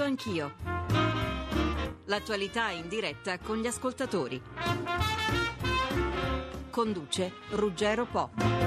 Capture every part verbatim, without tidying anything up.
Radio Anch'io. L'attualità in diretta con gli ascoltatori. Conduce Ruggero Po.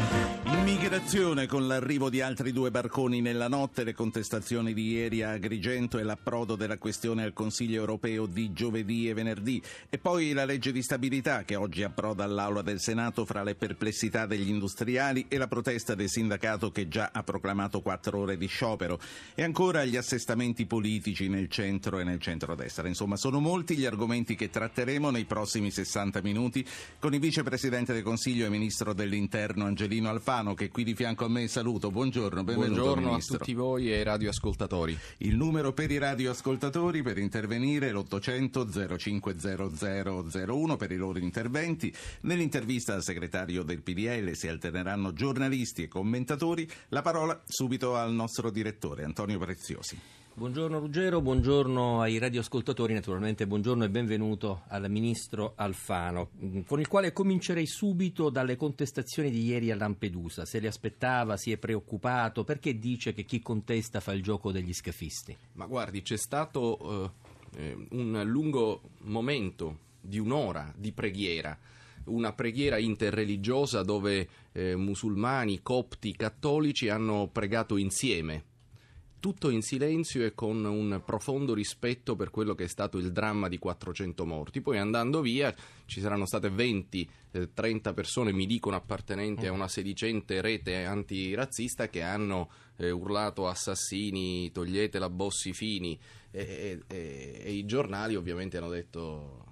Immigrazione con l'arrivo di altri due barconi nella notte, le contestazioni di ieri a Agrigento e l'approdo della questione al Consiglio europeo di giovedì e venerdì, e poi la legge di stabilità che oggi approda all'Aula del Senato fra le perplessità degli industriali e la protesta del sindacato che già ha proclamato quattro ore di sciopero, e ancora gli assestamenti politici nel centro e nel centrodestra. Insomma, sono molti gli argomenti che tratteremo nei prossimi sessanta minuti con il vicepresidente del Consiglio e ministro dell'Interno Angelino Alfano, che è qui di fianco a me. Saluto, buongiorno, benvenuto. Buongiorno Ministro. A tutti voi e ai radioascoltatori. Il numero per i radioascoltatori per intervenire è l'ottocento zero cinque zero zero zero uno per i loro interventi. Nell'intervista al segretario del P D L si alterneranno giornalisti e commentatori. La parola subito al nostro direttore Antonio Preziosi. Buongiorno Ruggero, buongiorno ai radioascoltatori, naturalmente buongiorno e benvenuto al ministro Alfano, con il quale comincerei subito dalle contestazioni di ieri a Lampedusa. Se le aspettava, si è preoccupato, perché dice che chi contesta fa il gioco degli scafisti? Ma guardi, c'è stato eh, un lungo momento di un'ora di preghiera, una preghiera interreligiosa dove eh, musulmani, copti, cattolici hanno pregato insieme. Tutto in silenzio e con un profondo rispetto per quello che è stato il dramma di quattrocento morti. Poi andando via ci saranno state venti trenta persone, mi dicono appartenenti a una sedicente rete antirazzista, che hanno eh, urlato assassini, togliete la Bossi-Fini, e, e, e i giornali ovviamente hanno detto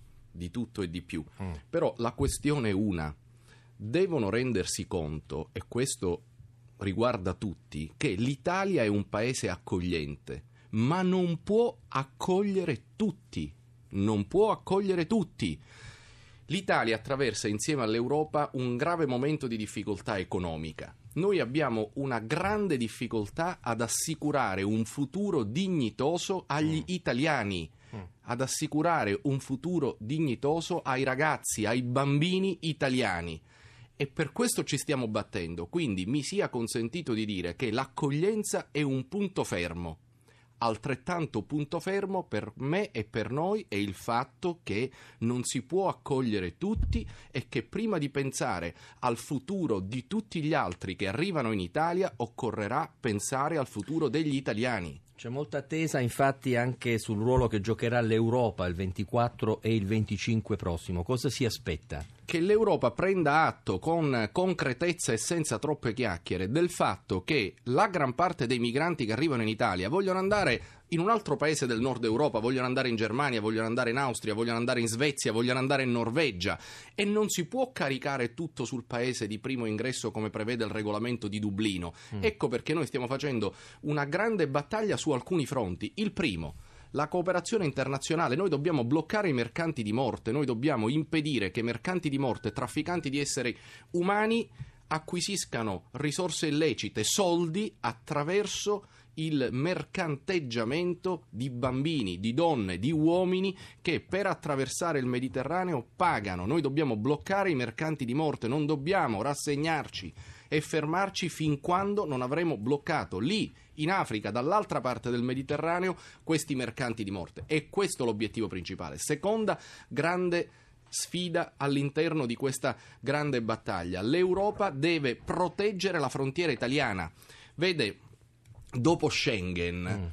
di tutto e di più. Mm. Però la questione è una: devono rendersi conto, e questo riguarda tutti, che l'Italia è un paese accogliente, ma non può accogliere tutti, non può accogliere tutti. L'Italia attraversa insieme all'Europa un grave momento di difficoltà economica. Noi abbiamo una grande difficoltà ad assicurare un futuro dignitoso agli mm. italiani, mm. ad assicurare un futuro dignitoso ai ragazzi, ai bambini italiani. E per questo ci stiamo battendo, quindi mi sia consentito di dire che l'accoglienza è un punto fermo. Altrettanto punto fermo per me e per noi è il fatto che non si può accogliere tutti e che prima di pensare al futuro di tutti gli altri che arrivano in Italia occorrerà pensare al futuro degli italiani. C'è molta attesa infatti anche sul ruolo che giocherà l'Europa il ventiquattro e il venticinque prossimo. Cosa si aspetta? Che l'Europa prenda atto con concretezza e senza troppe chiacchiere del fatto che la gran parte dei migranti che arrivano in Italia vogliono andare in un altro paese del nord Europa, vogliono andare in Germania, vogliono andare in Austria, vogliono andare in Svezia, vogliono andare in Norvegia, e non si può caricare tutto sul paese di primo ingresso come prevede il regolamento di Dublino. Mm. Ecco perché noi stiamo facendo una grande battaglia su alcuni fronti. Il primo: la cooperazione internazionale. Noi dobbiamo bloccare i mercanti di morte, noi dobbiamo impedire che mercanti di morte, trafficanti di esseri umani acquisiscano risorse illecite, soldi, attraverso il mercanteggiamento di bambini, di donne, di uomini che per attraversare il Mediterraneo pagano. Noi dobbiamo bloccare i mercanti di morte, non dobbiamo rassegnarci e fermarci fin quando non avremo bloccato lì, in Africa, dall'altra parte del Mediterraneo, questi mercanti di morte. E questo è l'obiettivo principale. Seconda grande sfida all'interno di questa grande battaglia: l'Europa deve proteggere la frontiera italiana. Vede, dopo Schengen,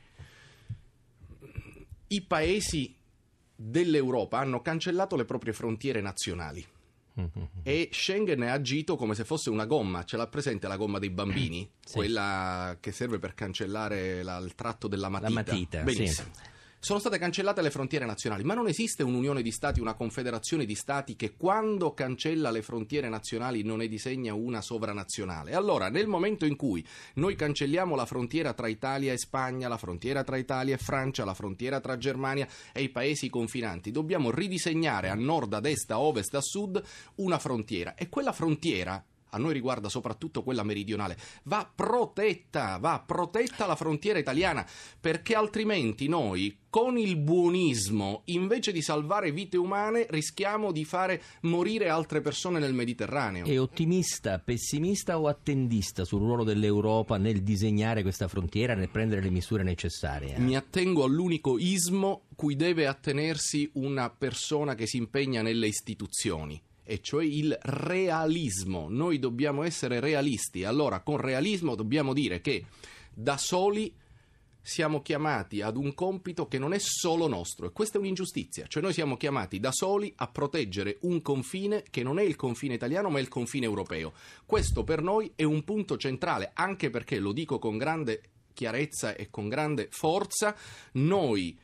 mm. i paesi dell'Europa hanno cancellato le proprie frontiere nazionali. E Schengen è agito come se fosse una gomma. Ce l'ha presente la gomma dei bambini? Sì. Quella che serve per cancellare la, il tratto della matita. La matita, benissimo. Sì. Sono state cancellate le frontiere nazionali, ma non esiste un'unione di stati, una confederazione di stati che quando cancella le frontiere nazionali non ne disegna una sovranazionale. Allora, nel momento in cui noi cancelliamo la frontiera tra Italia e Spagna, la frontiera tra Italia e Francia, la frontiera tra Germania e i paesi confinanti, dobbiamo ridisegnare a nord, ad est, a ovest, a sud una frontiera, e quella frontiera a noi riguarda soprattutto quella meridionale, va protetta, va protetta la frontiera italiana, perché altrimenti noi con il buonismo, invece di salvare vite umane, rischiamo di fare morire altre persone nel Mediterraneo. È ottimista, pessimista o attendista sul ruolo dell'Europa nel disegnare questa frontiera, nel prendere le misure necessarie? Mi attengo all'unico ismo cui deve attenersi una persona che si impegna nelle istituzioni, e cioè il realismo. Noi dobbiamo essere realisti. Allora, con realismo dobbiamo dire che da soli siamo chiamati ad un compito che non è solo nostro, e questa è un'ingiustizia. Cioè noi siamo chiamati da soli a proteggere un confine che non è il confine italiano ma è il confine europeo. Questo per noi è un punto centrale, anche perché, lo dico con grande chiarezza e con grande forza, noi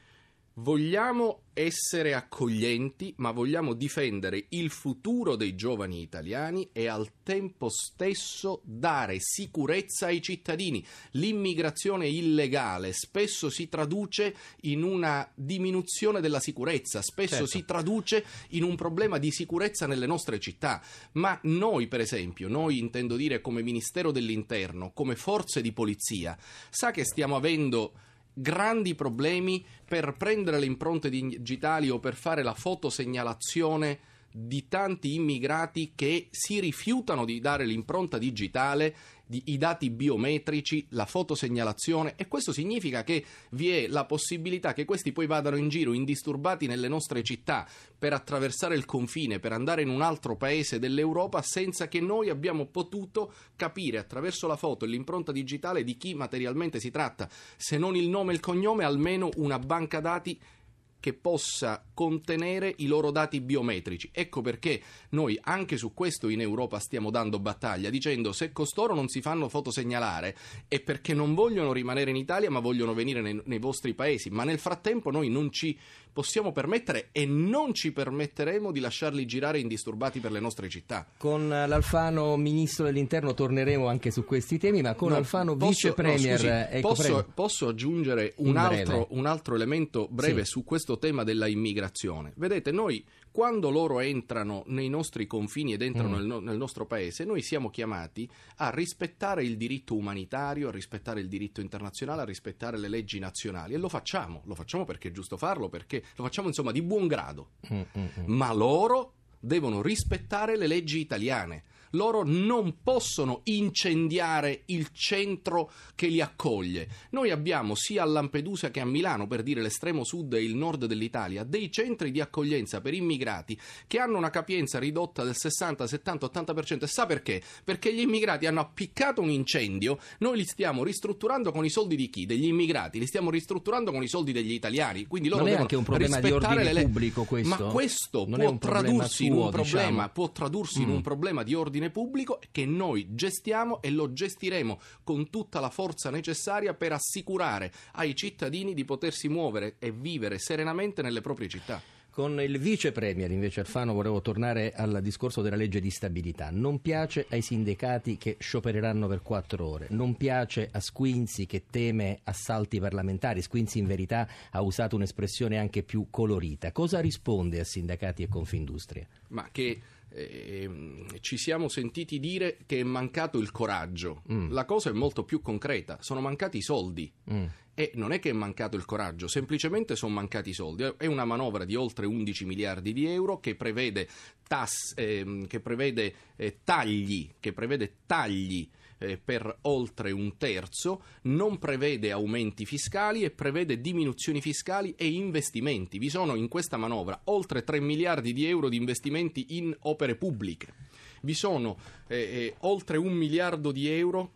vogliamo essere accoglienti, ma vogliamo difendere il futuro dei giovani italiani e al tempo stesso dare sicurezza ai cittadini. L'immigrazione illegale spesso si traduce in una diminuzione della sicurezza, spesso certo. si traduce in un problema di sicurezza nelle nostre città. Ma noi, per esempio, noi intendo dire come Ministero dell'Interno, come forze di polizia, sa che stiamo avendo grandi problemi per prendere le impronte digitali o per fare la fotosegnalazione di tanti immigrati che si rifiutano di dare l'impronta digitale, di, i dati biometrici, la fotosegnalazione, e questo significa che vi è la possibilità che questi poi vadano in giro indisturbati nelle nostre città per attraversare il confine, per andare in un altro paese dell'Europa senza che noi abbiamo potuto capire attraverso la foto e l'impronta digitale di chi materialmente si tratta, se non il nome e il cognome, almeno una banca dati che possa contenere i loro dati biometrici. Ecco perché noi anche su questo in Europa stiamo dando battaglia, dicendo: se costoro non si fanno fotosegnalare è perché non vogliono rimanere in Italia ma vogliono venire nei, nei vostri paesi, ma nel frattempo noi non ci possiamo permettere e non ci permetteremo di lasciarli girare indisturbati per le nostre città. Con l'Alfano Ministro dell'Interno torneremo anche su questi temi, ma con no, Alfano posso, Vice Premier... No, scusi, ecco, posso, posso aggiungere un altro, un altro elemento breve sì. su questo tema della immigrazione. Vedete, noi quando loro entrano nei nostri confini ed entrano mm. nel, nel nostro paese, noi siamo chiamati a rispettare il diritto umanitario, a rispettare il diritto internazionale, a rispettare le leggi nazionali, e lo facciamo, lo facciamo perché è giusto farlo, perché lo facciamo insomma di buon grado, mm, mm, mm. ma loro devono rispettare le leggi italiane. Loro non possono incendiare il centro che li accoglie. Noi abbiamo sia a Lampedusa che a Milano, per dire l'estremo sud e il nord dell'Italia, dei centri di accoglienza per immigrati che hanno una capienza ridotta del sessanta, settanta, ottanta per cento. E sa perché? Perché gli immigrati hanno appiccato un incendio, noi li stiamo ristrutturando con i soldi di chi? Degli immigrati, li stiamo ristrutturando con i soldi degli italiani. Quindi loro non è devono anche un problema di ordine le... pubblico questo? Ma questo non può tradursi in un problema, diciamo. può tradursi mm. in un problema di ordine pubblico che noi gestiamo e lo gestiremo con tutta la forza necessaria per assicurare ai cittadini di potersi muovere e vivere serenamente nelle proprie città. Con il Vice Premier invece Alfano volevo tornare al discorso della legge di stabilità. Non piace ai sindacati che sciopereranno per quattro ore, non piace a Squinzi che teme assalti parlamentari. Squinzi in verità ha usato un'espressione anche più colorita. Cosa risponde a sindacati e Confindustria? Ma che Eh, ci siamo sentiti dire che è mancato il coraggio. Mm. La cosa è molto più concreta, sono mancati i soldi. Mm. E non è che è mancato il coraggio, semplicemente sono mancati i soldi. È una manovra di oltre undici miliardi di euro che prevede tass, eh, che prevede eh, tagli, che prevede tagli eh, per oltre un terzo, non prevede aumenti fiscali e prevede diminuzioni fiscali e investimenti. Vi sono in questa manovra oltre tre miliardi di euro di investimenti in opere pubbliche. Vi sono eh, eh, oltre un miliardo di euro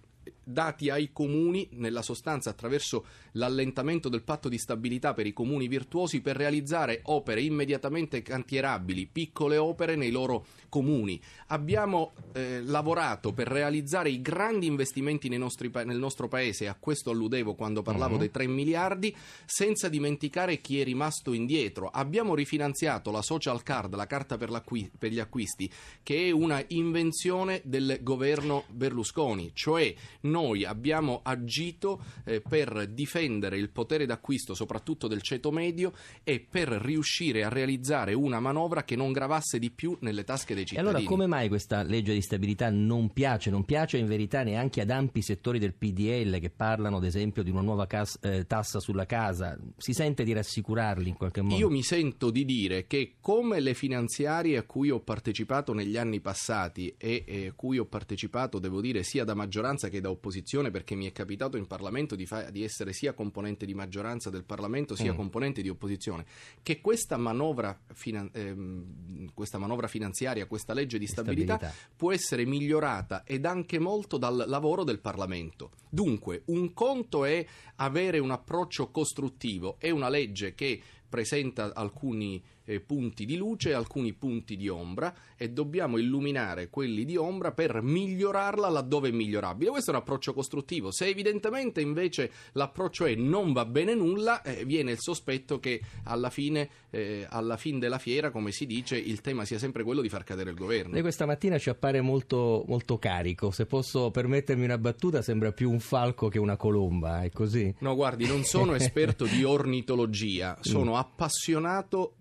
dati ai comuni, nella sostanza attraverso l'allentamento del patto di stabilità per i comuni virtuosi, per realizzare opere immediatamente cantierabili, piccole opere nei loro comuni. Abbiamo eh, lavorato per realizzare i grandi investimenti nei nostri, nel nostro paese, a questo alludevo quando parlavo uh-huh. dei tre miliardi, senza dimenticare chi è rimasto indietro. Abbiamo rifinanziato la social card, la carta per, l'acqui- per gli acquisti, che è una invenzione del governo Berlusconi, cioè noi abbiamo agito eh, per difendere il potere d'acquisto soprattutto del ceto medio e per riuscire a realizzare una manovra che non gravasse di più nelle tasche dei cittadini. E allora come mai questa legge di stabilità non piace? Non piace in verità neanche ad ampi settori del P D L che parlano ad esempio di una nuova cas- eh, tassa sulla casa. Si sente di rassicurarli in qualche modo? Io mi sento di dire che come le finanziarie a cui ho partecipato negli anni passati e eh, a cui ho partecipato, devo dire, sia da maggioranza che da opposizione, perché mi è capitato in Parlamento di, fa- di essere sia componente di maggioranza del Parlamento sia mm. componente di opposizione, che questa manovra, finan- ehm, questa manovra finanziaria, questa legge di stabilità, stabilità può essere migliorata ed anche molto dal lavoro del Parlamento. Dunque, un conto è avere un approccio costruttivo, è una legge che presenta alcuni eh, punti di luce e alcuni punti di ombra e dobbiamo illuminare quelli di ombra per migliorarla laddove è migliorabile. Questo è un approccio costruttivo. Se evidentemente invece l'approccio è non va bene nulla, eh, viene il sospetto che alla fine, eh, alla fin della fiera, come si dice, il tema sia sempre quello di far cadere il governo. Lei questa mattina ci appare molto, molto carico. Se posso permettermi una battuta, sembra più un falco che una colomba, è così? No, guardi, non sono esperto di ornitologia, sono appassionato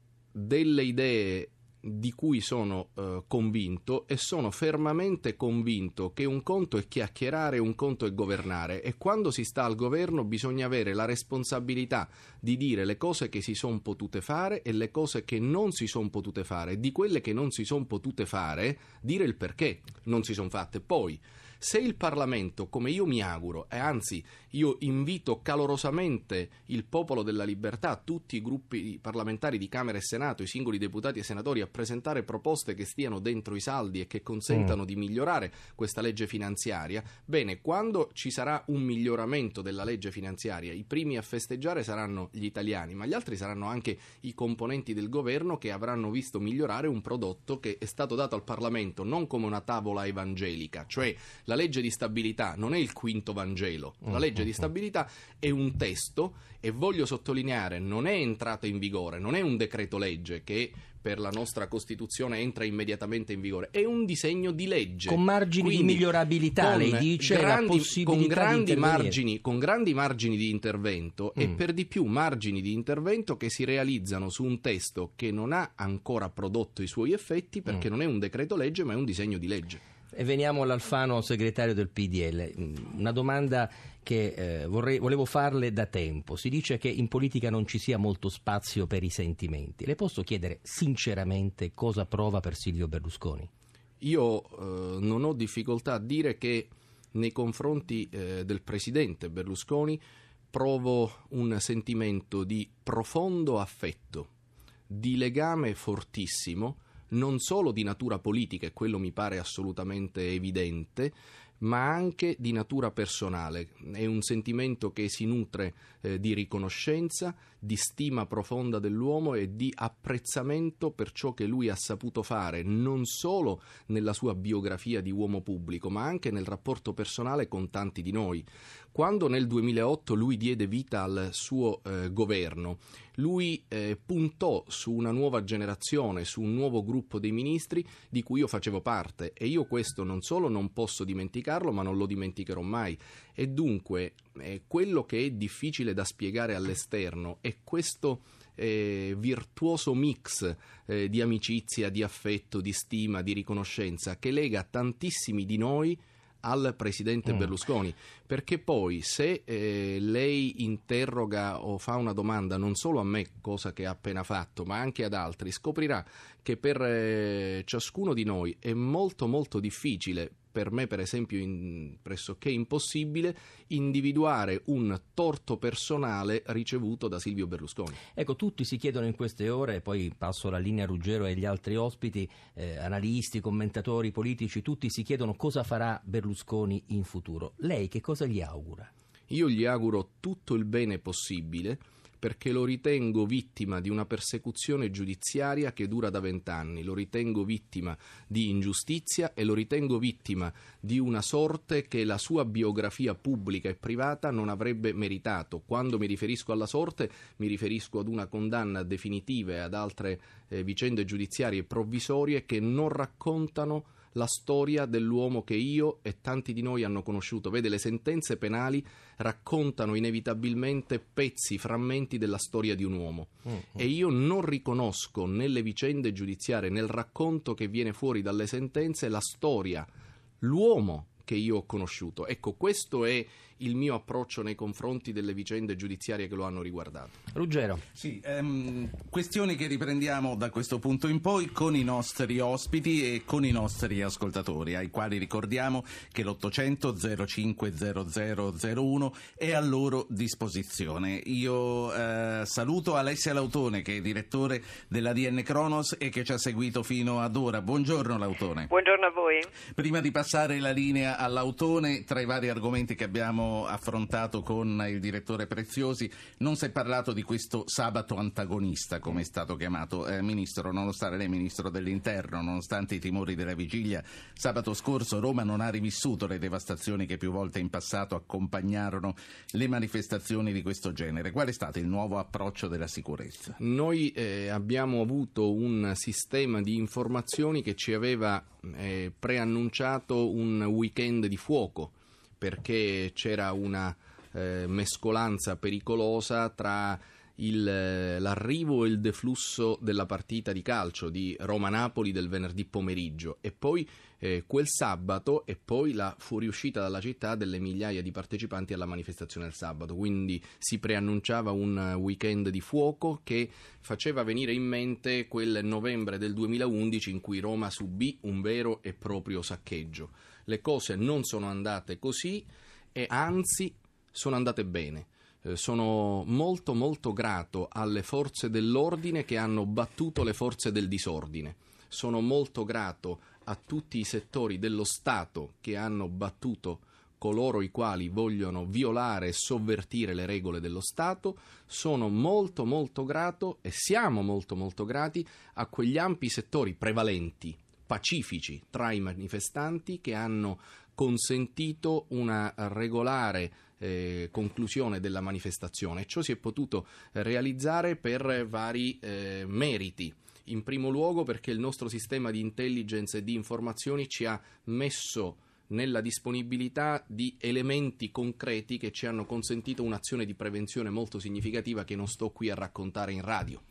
delle idee di cui sono eh, convinto e sono fermamente convinto che un conto è chiacchierare e un conto è governare, e quando si sta al governo bisogna avere la responsabilità di dire le cose che si sono potute fare e le cose che non si sono potute fare, di quelle che non si sono potute fare dire il perché non si sono fatte. Poi se il Parlamento, come io mi auguro, e anzi io invito calorosamente il Popolo della Libertà, tutti i gruppi parlamentari di Camera e Senato, i singoli deputati e senatori, a presentare proposte che stiano dentro i saldi e che consentano mm. di migliorare questa legge finanziaria, bene, quando ci sarà un miglioramento della legge finanziaria, i primi a festeggiare saranno gli italiani, ma gli altri saranno anche i componenti del governo che avranno visto migliorare un prodotto che è stato dato al Parlamento non come una tavola evangelica, cioè la legge di stabilità non è il quinto Vangelo, la legge di stabilità è un testo, e voglio sottolineare, non è entrata in vigore, non è un decreto legge che per la nostra Costituzione entra immediatamente in vigore, è un disegno di legge. Con margini Quindi, di migliorabilità, lei dice, grandi, la possibilità con grandi di margini, con grandi margini di intervento mm. e per di più margini di intervento che si realizzano su un testo che non ha ancora prodotto i suoi effetti, perché mm. non è un decreto legge ma è un disegno di legge. E veniamo all'Alfano, segretario del P D L. Una domanda che eh, vorrei, volevo farle da tempo. Si dice che in politica non ci sia molto spazio per i sentimenti. Le posso chiedere sinceramente cosa prova per Silvio Berlusconi? Io eh, non ho difficoltà a dire che nei confronti eh, del presidente Berlusconi provo un sentimento di profondo affetto, di legame fortissimo, non solo di natura politica, e quello mi pare assolutamente evidente, ma anche di natura personale. È un sentimento che si nutre eh, di riconoscenza, di stima profonda dell'uomo e di apprezzamento per ciò che lui ha saputo fare, non solo nella sua biografia di uomo pubblico, ma anche nel rapporto personale con tanti di noi. Quando nel duemilaotto lui diede vita al suo eh, governo, lui eh, puntò su una nuova generazione, su un nuovo gruppo dei ministri di cui io facevo parte, e io questo non solo non posso dimenticarlo, ma non lo dimenticherò mai. E dunque eh, quello che è difficile da spiegare all'esterno è questo eh, virtuoso mix eh, di amicizia, di affetto, di stima, di riconoscenza che lega tantissimi di noi al presidente mm. Berlusconi, perché poi se eh, lei interroga o fa una domanda non solo a me, cosa che ha appena fatto, ma anche ad altri, scoprirà che per eh, ciascuno di noi è molto molto difficile, per me per esempio in, pressoché impossibile, individuare un torto personale ricevuto da Silvio Berlusconi. Ecco, tutti si chiedono in queste ore, e poi passo la linea a Ruggero e agli altri ospiti, eh, analisti, commentatori politici, tutti si chiedono cosa farà Berlusconi in futuro. Lei che cosa gli augura? Io gli auguro tutto il bene possibile, perché lo ritengo vittima di una persecuzione giudiziaria che dura da vent'anni, lo ritengo vittima di ingiustizia e lo ritengo vittima di una sorte che la sua biografia pubblica e privata non avrebbe meritato. Quando mi riferisco alla sorte mi riferisco ad una condanna definitiva e ad altre eh, vicende giudiziarie provvisorie che non raccontano la storia dell'uomo che io e tanti di noi hanno conosciuto. Vede, le sentenze penali raccontano inevitabilmente pezzi, frammenti della storia di un uomo. Mm-hmm. E io non riconosco nelle vicende giudiziarie, nel racconto che viene fuori dalle sentenze, la storia, l'uomo che io ho conosciuto. Ecco, questo è il mio approccio nei confronti delle vicende giudiziarie che lo hanno riguardato. Ruggero. Sì, ehm, questioni che riprendiamo da questo punto in poi con i nostri ospiti e con i nostri ascoltatori, ai quali ricordiamo che l'ottocento zero cinque zero zero zero uno è a loro disposizione. Io eh, saluto Alessia Lautone, che è direttore della D N Cronos e che ci ha seguito fino ad ora. Buongiorno Lautone. Buongiorno a voi. Prima di passare la linea a Lautone, tra i vari argomenti che abbiamo affrontato con il direttore Preziosi, non si è parlato di questo sabato antagonista, come è stato chiamato. Eh, ministro, nonostante lei è ministro dell'interno, nonostante i timori della vigilia, sabato scorso Roma non ha rivissuto le devastazioni che più volte in passato accompagnarono le manifestazioni di questo genere. Qual è stato il nuovo approccio della sicurezza? Noi eh, abbiamo avuto un sistema di informazioni che ci aveva eh, preannunciato un weekend di fuoco, perché c'era una eh, mescolanza pericolosa tra il, l'arrivo e il deflusso della partita di calcio di Roma-Napoli del venerdì pomeriggio e poi eh, quel sabato e poi la fuoriuscita dalla città delle migliaia di partecipanti alla manifestazione del sabato. Quindi si preannunciava un weekend di fuoco che faceva venire in mente quel novembre del duemilaundici in cui Roma subì un vero e proprio saccheggio. Le cose non sono andate così e anzi sono andate bene. Eh, sono molto molto grato alle forze dell'ordine che hanno battuto le forze del disordine. Sono molto grato a tutti i settori dello Stato che hanno battuto coloro i quali vogliono violare e sovvertire le regole dello Stato. Sono molto molto grato e siamo molto molto grati a quegli ampi settori prevalenti, pacifici tra i manifestanti, che hanno consentito una regolare eh, conclusione della manifestazione. Ciò si è potuto realizzare per vari eh, meriti. In primo luogo perché il nostro sistema di intelligence e di informazioni ci ha messo nella disponibilità di elementi concreti che ci hanno consentito un'azione di prevenzione molto significativa che non sto qui a raccontare in radio.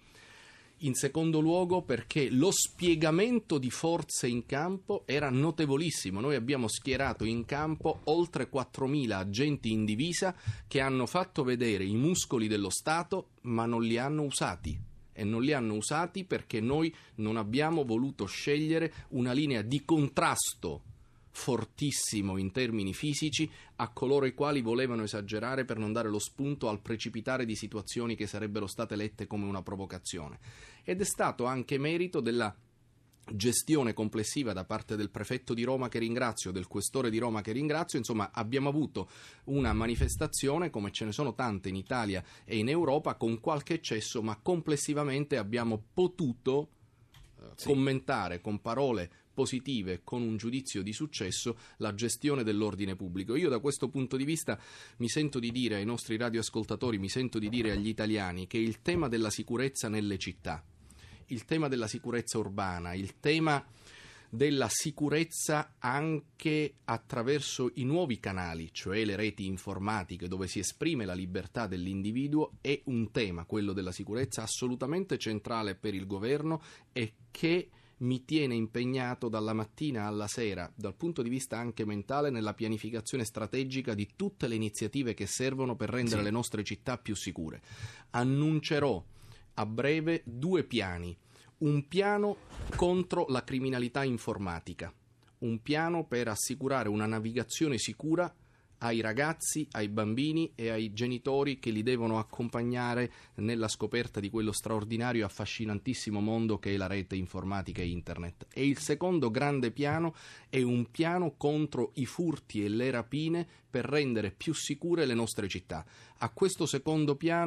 In secondo luogo perché lo spiegamento di forze in campo era notevolissimo. Noi abbiamo schierato in campo oltre quattromila agenti in divisa che hanno fatto vedere i muscoli dello Stato, ma non li hanno usati. E non li hanno usati perché noi non abbiamo voluto scegliere una linea di contrasto fortissimo in termini fisici a coloro i quali volevano esagerare per non dare lo spunto al precipitare di situazioni che sarebbero state lette come una provocazione. Ed è stato anche merito della gestione complessiva da parte del prefetto di Roma, che ringrazio, del questore di Roma, che ringrazio. Insomma, abbiamo avuto una manifestazione, come ce ne sono tante in Italia e in Europa, con qualche eccesso, ma complessivamente abbiamo potuto eh, sì. commentare con parole positive, con un giudizio di successo, la gestione dell'ordine pubblico. Io da questo punto di vista mi sento di dire ai nostri radioascoltatori, mi sento di dire agli italiani che il tema della sicurezza nelle città, il tema della sicurezza urbana, il tema della sicurezza anche attraverso i nuovi canali, cioè le reti informatiche dove si esprime la libertà dell'individuo, è un tema, quello della sicurezza, assolutamente centrale per il governo e che mi tiene impegnato dalla mattina alla sera, dal punto di vista anche mentale, nella pianificazione strategica di tutte le iniziative che servono per rendere sì. le nostre città più sicure. Annuncerò a breve due piani. Un piano contro la criminalità informatica, un piano per assicurare una navigazione sicura ai ragazzi, ai bambini e ai genitori che li devono accompagnare nella scoperta di quello straordinario e affascinantissimo mondo che è la rete informatica e internet. E il secondo grande piano è un piano contro i furti e le rapine per rendere più sicure le nostre città. A questo secondo piano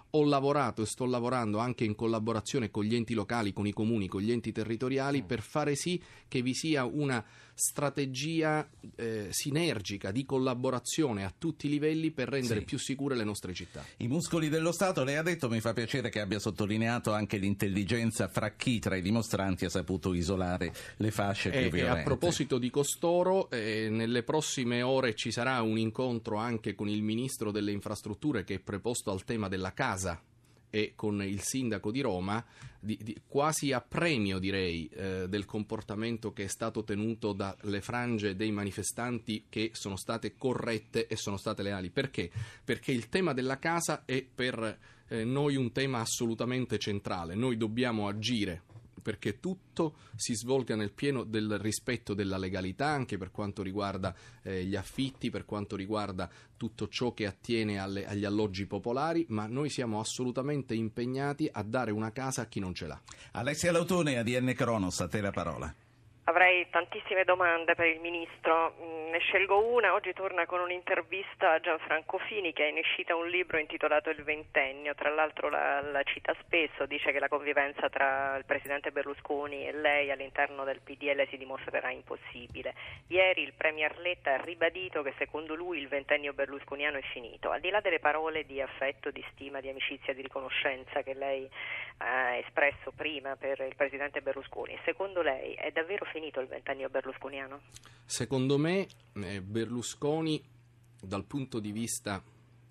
ho lavorato e sto lavorando anche in collaborazione con gli enti locali, con i comuni, con gli enti territoriali, per fare sì che vi sia una strategia eh, sinergica di collaborazione a tutti i livelli per rendere sì. più sicure le nostre città. I muscoli dello Stato, lei ha detto, mi fa piacere che abbia sottolineato anche l'intelligenza fra chi tra i dimostranti ha saputo isolare le fasce più E, violente. e a proposito di costoro, eh, nelle prossime ore ci sarà un incontro anche con il Ministro delle Infrastrutture, che è preposto al tema della casa, e con il sindaco di Roma, di, di, quasi a premio direi eh, del comportamento che è stato tenuto dalle frange dei manifestanti, che sono state corrette e sono state leali. Perché? Perché il tema della casa è per eh, noi un tema assolutamente centrale. Noi dobbiamo agire perché tutto si svolga nel pieno del rispetto della legalità, anche per quanto riguarda eh, gli affitti, per quanto riguarda tutto ciò che attiene alle, agli alloggi popolari, ma noi siamo assolutamente impegnati a dare una casa a chi non ce l'ha. Alessia Lautone, A D N Cronos, a te la parola. Avrei tantissime domande per il Ministro, ne scelgo una. Oggi torna con un'intervista a Gianfranco Fini, che è in uscita un libro intitolato Il Ventennio, tra l'altro la, la cita spesso, dice che la convivenza tra il Presidente Berlusconi e lei all'interno del P D L si dimostrerà impossibile. Ieri il Premier Letta ha ribadito che secondo lui il ventennio berlusconiano è finito. Al di là delle parole di affetto, di stima, di amicizia, di riconoscenza che lei ha espresso prima per il Presidente Berlusconi, secondo lei è davvero finito il ventennio berlusconiano? Secondo me eh, Berlusconi, dal punto di vista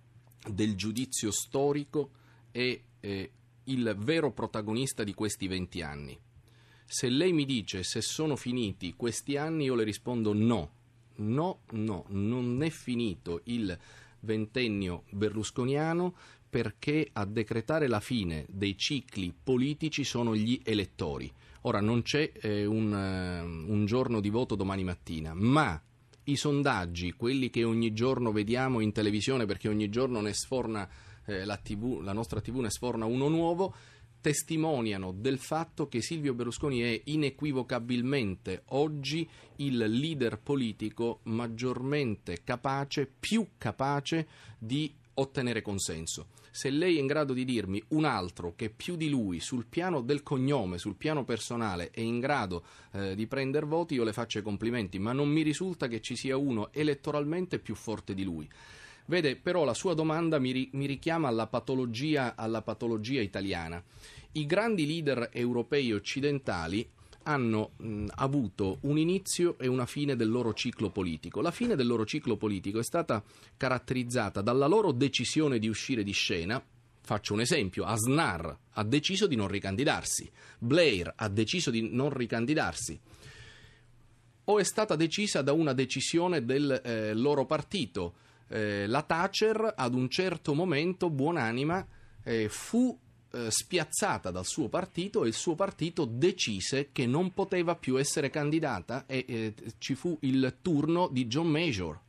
del giudizio storico, è eh, il vero protagonista di questi venti anni. Se lei mi dice se sono finiti questi anni, io le rispondo no. No, no, non è finito il ventennio berlusconiano, perché a decretare la fine dei cicli politici sono gli elettori. Ora non c'è eh, un, uh, un giorno di voto domani mattina, ma i sondaggi, quelli che ogni giorno vediamo in televisione, perché ogni giorno ne sforna eh, la tivù, la nostra tivù ne sforna uno nuovo, testimoniano del fatto che Silvio Berlusconi è inequivocabilmente oggi il leader politico maggiormente capace, più capace di ottenere consenso. Se lei è in grado di dirmi un altro che più di lui sul piano del cognome, sul piano personale è in grado eh, di prendere voti, io le faccio i complimenti, ma non mi risulta che ci sia uno elettoralmente più forte di lui. Vede, però la sua domanda mi, ri, mi richiama alla patologia, alla patologia italiana. I grandi leader europei occidentali hanno mh, avuto un inizio e una fine del loro ciclo politico. La fine del loro ciclo politico è stata caratterizzata dalla loro decisione di uscire di scena. Faccio un esempio: Aznar ha deciso di non ricandidarsi, Blair ha deciso di non ricandidarsi, o è stata decisa da una decisione del eh, loro partito. Eh, la Thatcher ad un certo momento, buonanima, eh, fu eh, spiazzata dal suo partito e il suo partito decise che non poteva più essere candidata e eh, ci fu il turno di John Major.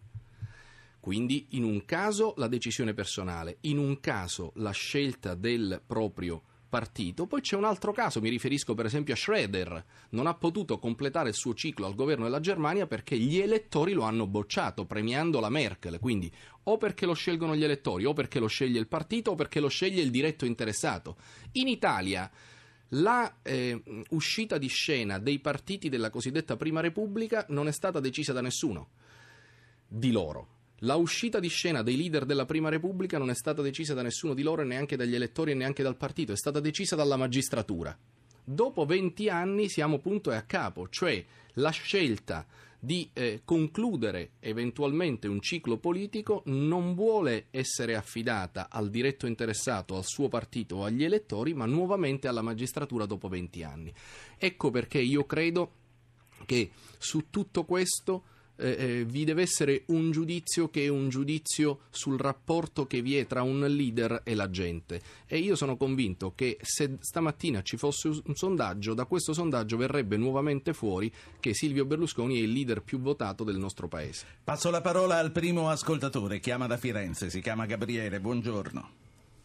Quindi in un caso la decisione personale, in un caso la scelta del proprio partito. Poi c'è un altro caso, mi riferisco per esempio a Schroeder, non ha potuto completare il suo ciclo al governo della Germania perché gli elettori lo hanno bocciato, premiando la Merkel. Quindi o perché lo scelgono gli elettori, o perché lo sceglie il partito, o perché lo sceglie il diretto interessato. In Italia la eh, uscita di scena dei partiti della cosiddetta Prima Repubblica non è stata decisa da nessuno di loro. La uscita di scena dei leader della Prima Repubblica non è stata decisa da nessuno di loro, neanche dagli elettori e neanche dal partito, è stata decisa dalla magistratura. Dopo venti anni siamo punto e a capo, cioè la scelta di eh, concludere eventualmente un ciclo politico non vuole essere affidata al diretto interessato, al suo partito o agli elettori, ma nuovamente alla magistratura dopo venti anni. Ecco perché io credo che su tutto questo Eh, eh, vi deve essere un giudizio che è un giudizio sul rapporto che vi è tra un leader e la gente, e io sono convinto che se stamattina ci fosse un sondaggio, da questo sondaggio verrebbe nuovamente fuori che Silvio Berlusconi è il leader più votato del nostro paese. Passo la parola al primo ascoltatore, chiama da Firenze, si chiama Gabriele, buongiorno. Buongiorno.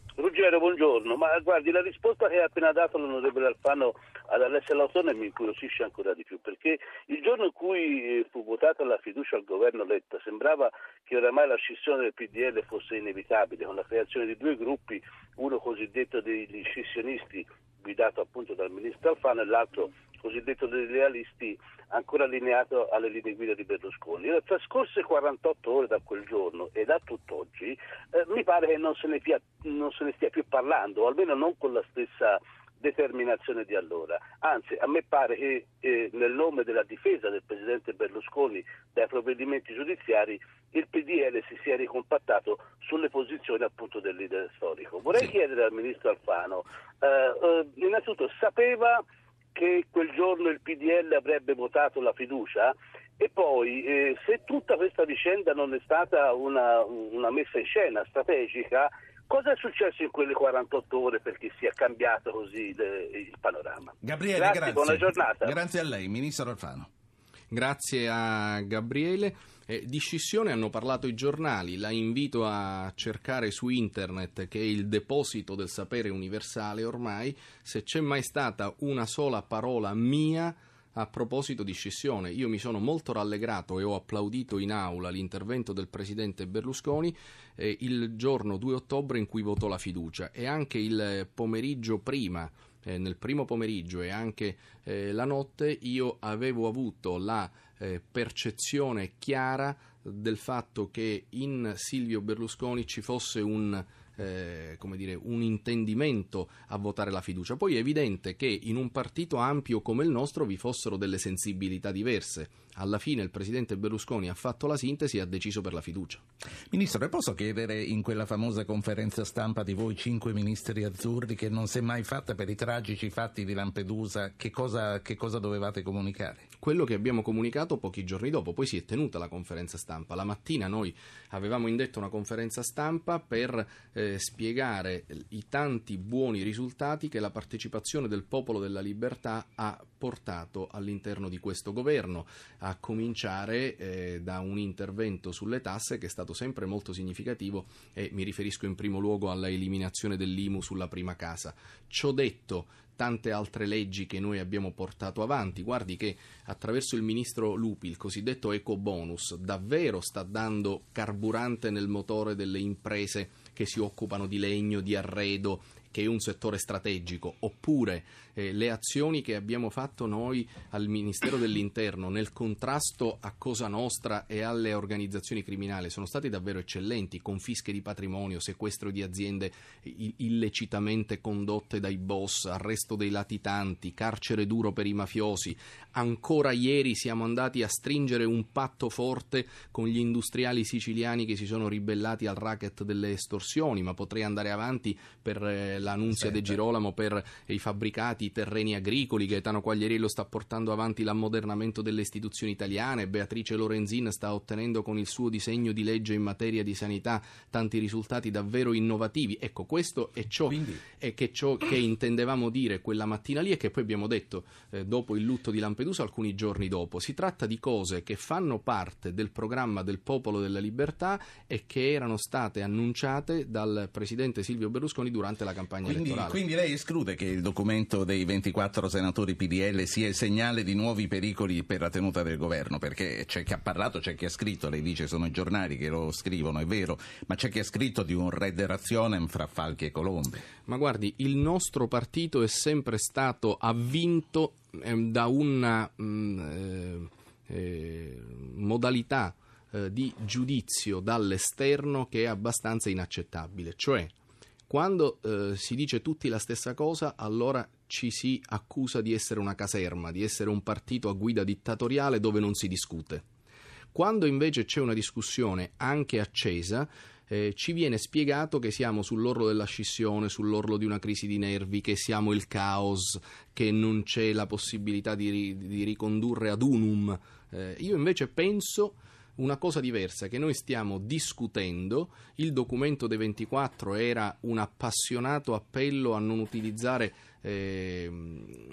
Ruggero, buongiorno. Ma guardi, la risposta che ha appena dato l'onorevole Alfano ad Alessia Lautone mi incuriosisce ancora di più, perché il giorno in cui fu votata la fiducia al governo Letta sembrava che oramai la scissione del P D L fosse inevitabile, con la creazione di due gruppi, uno cosiddetto degli scissionisti guidato appunto dal ministro Alfano e l'altro cosiddetto dei lealisti ancora allineato alle linee guida di Berlusconi. Trascorse quarantotto ore da quel giorno e da tutt'oggi eh, mi pare che non se ne pia, non se ne stia più parlando, o almeno non con la stessa determinazione di allora. Anzi, a me pare che eh, nel nome della difesa del presidente Berlusconi dai provvedimenti giudiziari il P D L si sia ricompattato sulle posizioni appunto del leader storico. Vorrei sì. chiedere al ministro Alfano, eh, eh, innanzitutto sapeva che quel giorno il P D L avrebbe votato la fiducia? E poi, eh, se tutta questa vicenda non è stata una, una messa in scena strategica, cosa è successo in quelle quarantotto ore perché sia cambiato così le, il panorama? Gabriele, grazie, grazie. Buona giornata. Grazie a lei, ministro Alfano. Grazie a Gabriele. Eh, di scissione hanno parlato i giornali, la invito a cercare su internet, che è il deposito del sapere universale ormai, se c'è mai stata una sola parola mia a proposito di scissione. Io mi sono molto rallegrato e ho applaudito in aula l'intervento del presidente Berlusconi eh, il giorno due ottobre in cui votò la fiducia, e anche il pomeriggio prima, eh, nel primo pomeriggio e anche eh, la notte, io avevo avuto la eh, percezione chiara del fatto che in Silvio Berlusconi ci fosse un Eh, come dire, un intendimento a votare la fiducia. Poi è evidente che in un partito ampio come il nostro vi fossero delle sensibilità diverse. Alla fine il presidente Berlusconi ha fatto la sintesi e ha deciso per la fiducia. Ministro, le posso chiedere, in quella famosa conferenza stampa di voi cinque ministri azzurri che non si è mai fatta per i tragici fatti di Lampedusa, che cosa, che cosa dovevate comunicare? Quello che abbiamo comunicato pochi giorni dopo. Poi si è tenuta la conferenza stampa. La mattina noi avevamo indetto una conferenza stampa per eh, spiegare i tanti buoni risultati che la partecipazione del Popolo della Libertà ha portato all'interno di questo governo, a cominciare eh, da un intervento sulle tasse che è stato sempre molto significativo, e mi riferisco in primo luogo alla eliminazione dell'I M U sulla prima casa. Ciò detto, tante altre leggi che noi abbiamo portato avanti. Guardi che attraverso il ministro Lupi il cosiddetto ecobonus davvero sta dando carburante nel motore delle imprese che si occupano di legno, di arredo, che è un settore strategico, oppure eh, le azioni che abbiamo fatto noi al Ministero dell'Interno nel contrasto a Cosa Nostra e alle organizzazioni criminali sono stati davvero eccellenti. Confische di patrimonio, sequestro di aziende illecitamente condotte dai boss, arresto dei latitanti, carcere duro per i mafiosi. Ancora ieri siamo andati a stringere un patto forte con gli industriali siciliani che si sono ribellati al racket delle estorsioni, ma potrei andare avanti per eh, la Nunzia De Girolamo, per i fabbricati, i terreni agricoli. Gaetano Quagliariello sta portando avanti l'ammodernamento delle istituzioni italiane, Beatrice Lorenzin sta ottenendo con il suo disegno di legge in materia di sanità tanti risultati davvero innovativi. Ecco, questo è ciò, Quindi... è che, ciò che intendevamo dire quella mattina lì e che poi abbiamo detto eh, dopo il lutto di Lampedusa, alcuni giorni dopo. Si tratta di cose che fanno parte del programma del Popolo della Libertà e che erano state annunciate dal presidente Silvio Berlusconi durante la campagna Quindi, elettorale. quindi lei esclude che il documento dei ventiquattro senatori P D L sia il segnale di nuovi pericoli per la tenuta del governo? Perché c'è chi ha parlato, c'è chi ha scritto, lei dice sono i giornali che lo scrivono, è vero, ma c'è chi ha scritto di un red razionem fra falchi e colombe. Ma guardi, il nostro partito è sempre stato avvinto eh, da una mh, eh, eh, modalità eh, di giudizio dall'esterno che è abbastanza inaccettabile, cioè quando eh, si dice tutti la stessa cosa, allora ci si accusa di essere una caserma, di essere un partito a guida dittatoriale dove non si discute. Quando invece c'è una discussione anche accesa, eh, ci viene spiegato che siamo sull'orlo della scissione, sull'orlo di una crisi di nervi, che siamo il caos, che non c'è la possibilità di, ri- di ricondurre ad unum. Eh, io invece penso una cosa diversa, che noi stiamo discutendo. Il documento dei ventiquattro era un appassionato appello a non utilizzare eh,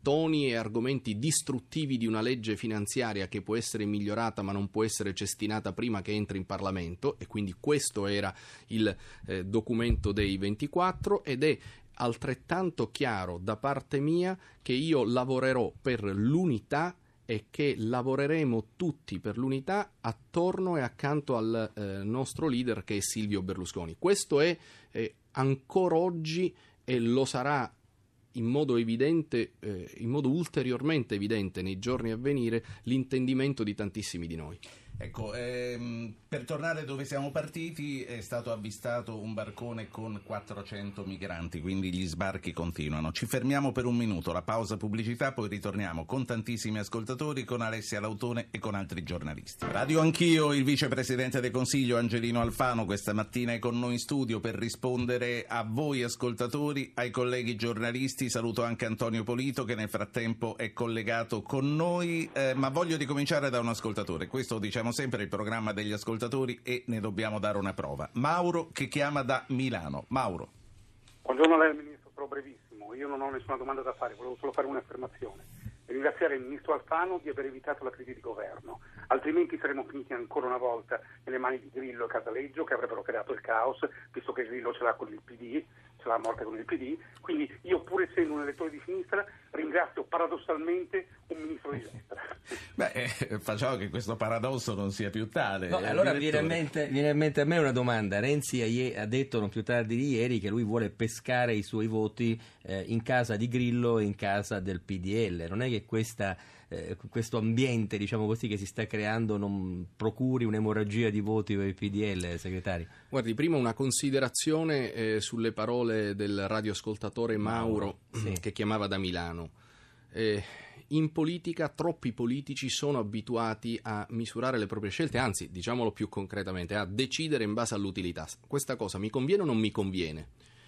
toni e argomenti distruttivi di una legge finanziaria che può essere migliorata ma non può essere cestinata prima che entri in Parlamento, e quindi questo era il eh, documento dei ventiquattro, ed è altrettanto chiaro da parte mia che io lavorerò per l'unità e che lavoreremo tutti per l'unità attorno e accanto al eh, nostro leader, che è Silvio Berlusconi. Questo è eh, ancora oggi, e lo sarà in modo evidente, eh, in modo ulteriormente evidente nei giorni a venire, l'intendimento di tantissimi di noi. Ecco, ehm, per tornare dove siamo partiti, è stato avvistato un barcone con quattrocento migranti, quindi gli sbarchi continuano. Ci fermiamo per un minuto, la pausa pubblicità, poi ritorniamo con tantissimi ascoltatori, con Alessia Lautone e con altri giornalisti. Radio Anch'io, il vicepresidente del Consiglio Angelino Alfano questa mattina è con noi in studio per rispondere a voi ascoltatori, ai colleghi giornalisti. Saluto anche Antonio Polito, che nel frattempo è collegato con noi, eh, ma voglio ricominciare da un ascoltatore. Questo, diciamo sempre, il programma degli ascoltatori, e ne dobbiamo dare una prova. Mauro, che chiama da Milano. Mauro. Buongiorno a lei, Ministro, sarò brevissimo. Io non ho nessuna domanda da fare, volevo solo fare un'affermazione. Ringraziare il Ministro Alfano di aver evitato la crisi di governo, altrimenti saremmo finiti ancora una volta nelle mani di Grillo e Casaleggio, che avrebbero creato il caos, visto che Grillo ce l'ha con il P D, ce l'ha a morte con il P D. Quindi io, pur essendo un elettore di sinistra, ringrazio paradossalmente un ministro di destra. Beh, eh, facciamo che questo paradosso non sia più tale. No, eh, allora direttore. viene in, mente, viene in mente a me una domanda. Renzi ha, ha detto non più tardi di ieri che lui vuole pescare i suoi voti eh, in casa di Grillo e in casa del P D L. Non è che questa, eh, questo ambiente, diciamo così, che si sta creando non procuri un'emorragia di voti per il P D L, segretario? Guardi, prima una considerazione eh, sulle parole del radioascoltatore Mauro, sì. che chiamava da Milano. Eh, in politica troppi politici sono abituati a misurare le proprie scelte, anzi, diciamolo più concretamente, a decidere in base all'utilità. Questa cosa mi conviene o non mi conviene?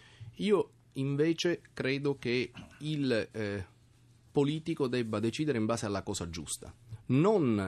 Io invece credo che il eh, politico debba decidere in base alla cosa giusta, non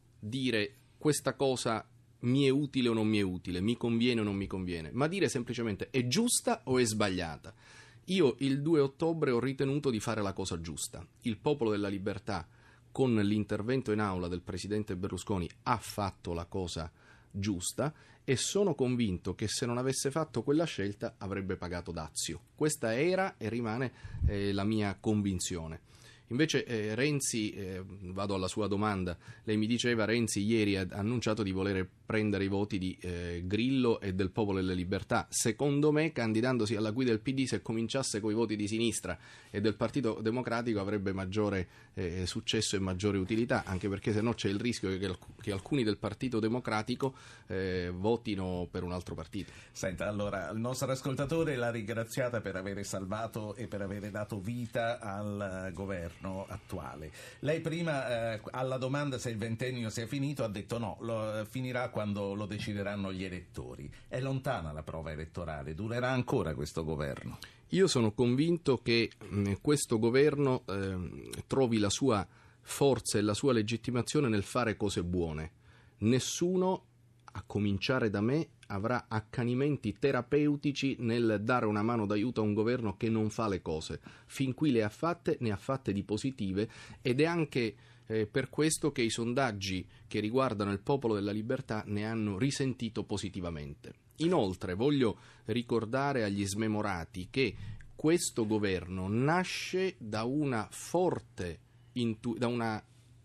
dire questa cosa mi è utile o non mi è utile, mi conviene o non mi conviene, ma dire semplicemente è giusta o è sbagliata. Io il due ottobre ho ritenuto di fare la cosa giusta. Il Popolo della Libertà, con l'intervento in aula del presidente Berlusconi, ha fatto la cosa giusta, e sono convinto che se non avesse fatto quella scelta avrebbe pagato dazio. Questa era e rimane eh, la mia convinzione. Invece eh, Renzi, eh, vado alla sua domanda, lei mi diceva Renzi ieri ha annunciato di voler prendere i voti di eh, Grillo e del Popolo delle Libertà. Secondo me, candidandosi alla guida del P D, se cominciasse con i voti di sinistra e del Partito Democratico, avrebbe maggiore eh, successo e maggiore utilità, anche perché se no c'è il rischio che, che alcuni del Partito Democratico eh, votino per un altro partito. Senta, allora, il nostro ascoltatore l'ha ringraziata per aver salvato e per aver dato vita al uh, governo attuale. Lei prima, eh, alla domanda se il ventennio sia finito, ha detto no, lo, finirà quando lo decideranno gli elettori. È lontana la prova elettorale, durerà ancora questo governo? Io sono convinto che mh, questo governo eh, trovi la sua forza e la sua legittimazione nel fare cose buone. Nessuno, a cominciare da me, avrà accanimenti terapeutici nel dare una mano d'aiuto a un governo che non fa le cose. Fin qui le ha fatte, ne ha fatte di positive, ed è anche eh, per questo che i sondaggi che riguardano il Popolo della Libertà ne hanno risentito positivamente. Inoltre voglio ricordare agli smemorati che questo governo nasce da una forte intu- da una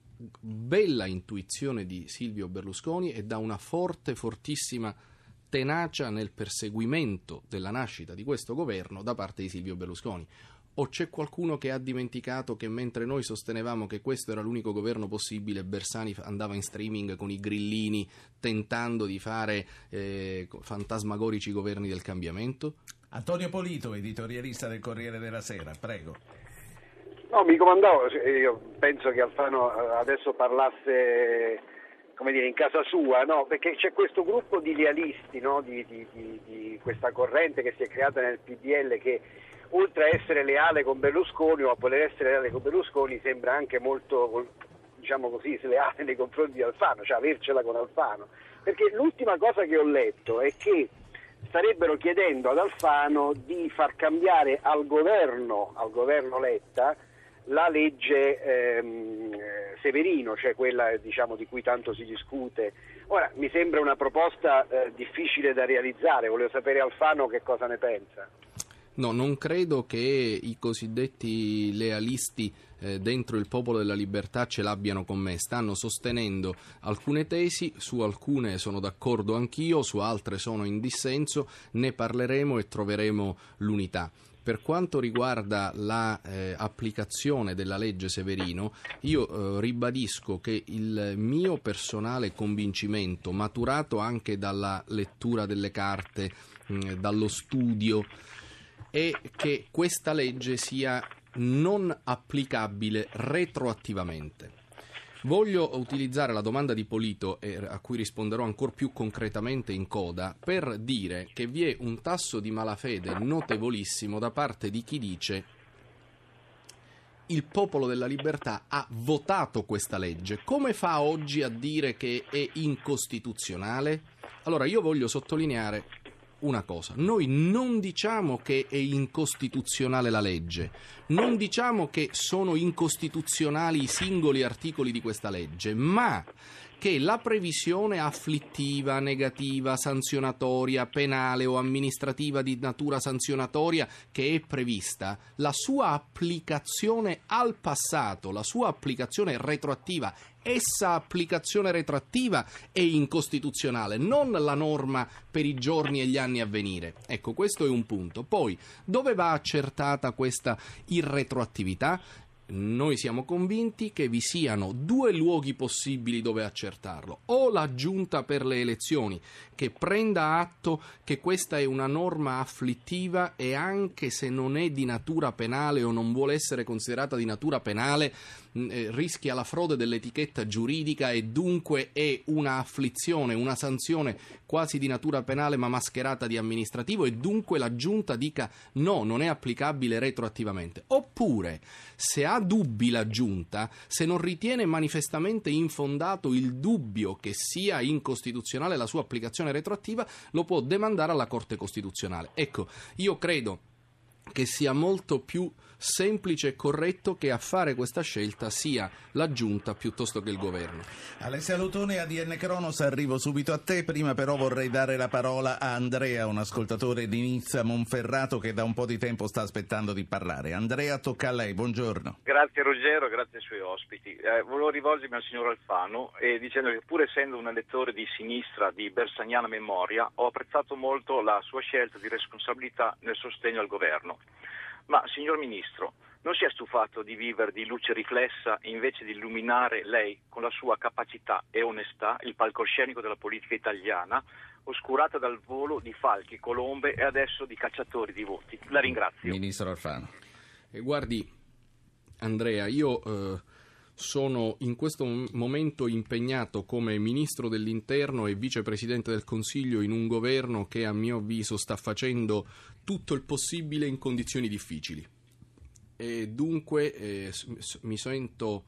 bella intuizione di Silvio Berlusconi e da una forte, fortissima tenacia nel perseguimento della nascita di questo governo da parte di Silvio Berlusconi. O c'è qualcuno che ha dimenticato che mentre noi sostenevamo che questo era l'unico governo possibile, Bersani andava in streaming con i grillini tentando di fare eh, fantasmagorici governi del cambiamento? Antonio Polito, editorialista del Corriere della Sera, prego. No, mi comandavo, io penso che Alfano adesso parlasse, come dire, in casa sua, no? Perché c'è questo gruppo di lealisti, no? di, di, di, di questa corrente che si è creata nel P D L, che oltre a essere leale con Berlusconi o a voler essere leale con Berlusconi sembra anche molto, diciamo così, sleale nei confronti di Alfano, cioè avercela con Alfano. Perché l'ultima cosa che ho letto è che starebbero chiedendo ad Alfano di far cambiare al governo, al governo Letta, la legge ehm, Severino, cioè quella diciamo di cui tanto si discute. Ora mi sembra una proposta eh, difficile da realizzare, volevo sapere Alfano che cosa ne pensa. No, non credo che i cosiddetti lealisti eh, dentro il Popolo della Libertà ce l'abbiano con me. Stanno sostenendo alcune tesi, su alcune sono d'accordo anch'io, su altre sono in dissenso, ne parleremo e troveremo l'unità. Per quanto riguarda l'applicazione la, eh, della legge Severino, io eh, ribadisco che il mio personale convincimento, maturato anche dalla lettura delle carte, mh, dallo studio, è che questa legge sia non applicabile retroattivamente. Voglio utilizzare la domanda di Polito, e a cui risponderò ancora più concretamente in coda, per dire che vi è un tasso di malafede notevolissimo da parte di chi dice: il Popolo della Libertà ha votato questa legge, come fa oggi a dire che è incostituzionale? Allora io voglio sottolineare una cosa: noi non diciamo che è incostituzionale la legge, non diciamo che sono incostituzionali i singoli articoli di questa legge, ma che la previsione afflittiva, negativa, sanzionatoria, penale o amministrativa di natura sanzionatoria che è prevista, la sua applicazione al passato, la sua applicazione retroattiva, essa applicazione retroattiva è incostituzionale, non la norma per i giorni e gli anni a venire. Ecco, questo è un punto. Poi, dove va accertata questa irretroattività? Noi siamo convinti che vi siano due luoghi possibili dove accertarlo: o la Giunta per le elezioni, che prenda atto che questa è una norma afflittiva e anche se non è di natura penale o non vuole essere considerata di natura penale, eh, rischia la frode dell'etichetta giuridica e dunque è una afflizione, una sanzione quasi di natura penale ma mascherata di amministrativo, e dunque la Giunta dica no, non è applicabile retroattivamente. Oppure, se ha dubbi la Giunta, se non ritiene manifestamente infondato il dubbio che sia incostituzionale la sua applicazione retroattiva, lo può demandare alla Corte Costituzionale. Ecco, io credo che sia molto più semplice e corretto che a fare questa scelta sia la Giunta piuttosto che il Governo. Alessia Lutone, A D N Cronos, arrivo subito a te. Prima però vorrei dare la parola a Andrea, un ascoltatore di Nizza Monferrato che da un po' di tempo sta aspettando di parlare. Andrea, tocca a lei, buongiorno. Grazie Ruggero, grazie ai suoi ospiti. Eh, volevo rivolgermi al signor Alfano e dicendo che pur essendo un elettore di sinistra di bersagliana memoria, ho apprezzato molto la sua scelta di responsabilità nel sostegno al governo. Ma, signor Ministro, non si è stufato di vivere di luce riflessa invece di illuminare lei, con la sua capacità e onestà, il palcoscenico della politica italiana, oscurata dal volo di falchi, colombe e adesso di cacciatori di voti? La ringrazio. Ministro Alfano. E guardi, Andrea, io eh, sono in questo momento impegnato come Ministro dell'Interno e Vicepresidente del Consiglio in un governo che a mio avviso sta facendo tutto il possibile in condizioni difficili e dunque eh, mi sento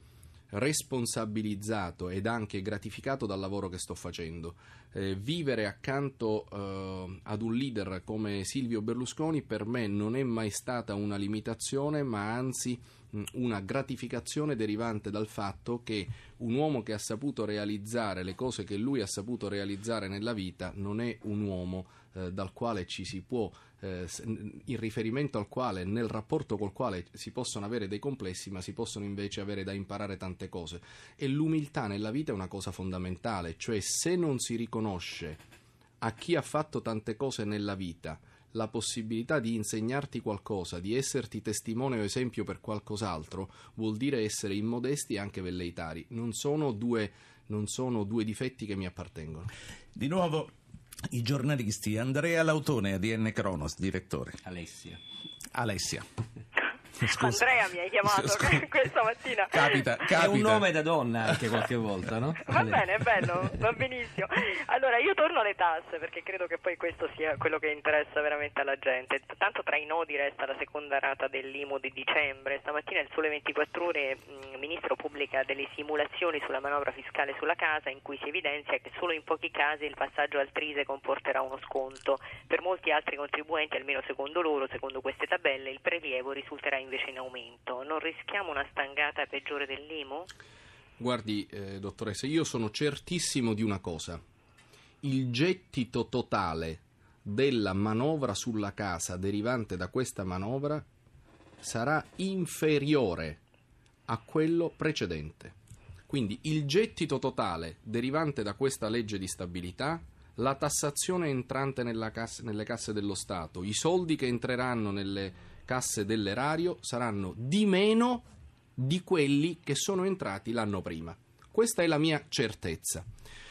responsabilizzato ed anche gratificato dal lavoro che sto facendo. Eh, vivere accanto eh, ad un leader come Silvio Berlusconi per me non è mai stata una limitazione, ma anzi mh, una gratificazione derivante dal fatto che un uomo che ha saputo realizzare le cose che lui ha saputo realizzare nella vita non è un uomo eh, dal quale ci si può Eh, in riferimento al quale, nel rapporto col quale si possono avere dei complessi, ma si possono invece avere da imparare tante cose. E l'umiltà nella vita è una cosa fondamentale, cioè se non si riconosce a chi ha fatto tante cose nella vita la possibilità di insegnarti qualcosa, di esserti testimone o esempio per qualcos'altro, vuol dire essere immodesti e anche velleitari. Non sono due, non sono due difetti che mi appartengono. Di nuovo i giornalisti. Andrea Lautone, A D N Cronos, direttore. Alessia. Alessia. Scusa. Andrea mi hai chiamato Scusa. questa mattina. Capita, capita. È un nome da donna anche qualche volta, no? Va bene, è bello, va benissimo. Allora, io torno alle tasse perché credo che poi questo sia quello che interessa veramente alla gente. Tanto tra i nodi resta la seconda rata dell'I M U di dicembre. Stamattina il Sole ventiquattro Ore, il Ministro pubblica delle simulazioni sulla manovra fiscale sulla casa in cui si evidenzia che solo in pochi casi il passaggio al Trise comporterà uno sconto. Per molti altri contribuenti, almeno secondo loro, secondo queste tabelle, il prelievo risulterà in invece in aumento. Non rischiamo una stangata peggiore dell'I M U? Guardi, eh, dottoressa, io sono certissimo di una cosa. Il gettito totale della manovra sulla casa derivante da questa manovra sarà inferiore a quello precedente. Quindi il gettito totale derivante da questa legge di stabilità, la tassazione entrante nella casse, nelle casse dello Stato, i soldi che entreranno nelle casse dell'erario saranno di meno di quelli che sono entrati l'anno prima. Questa è la mia certezza.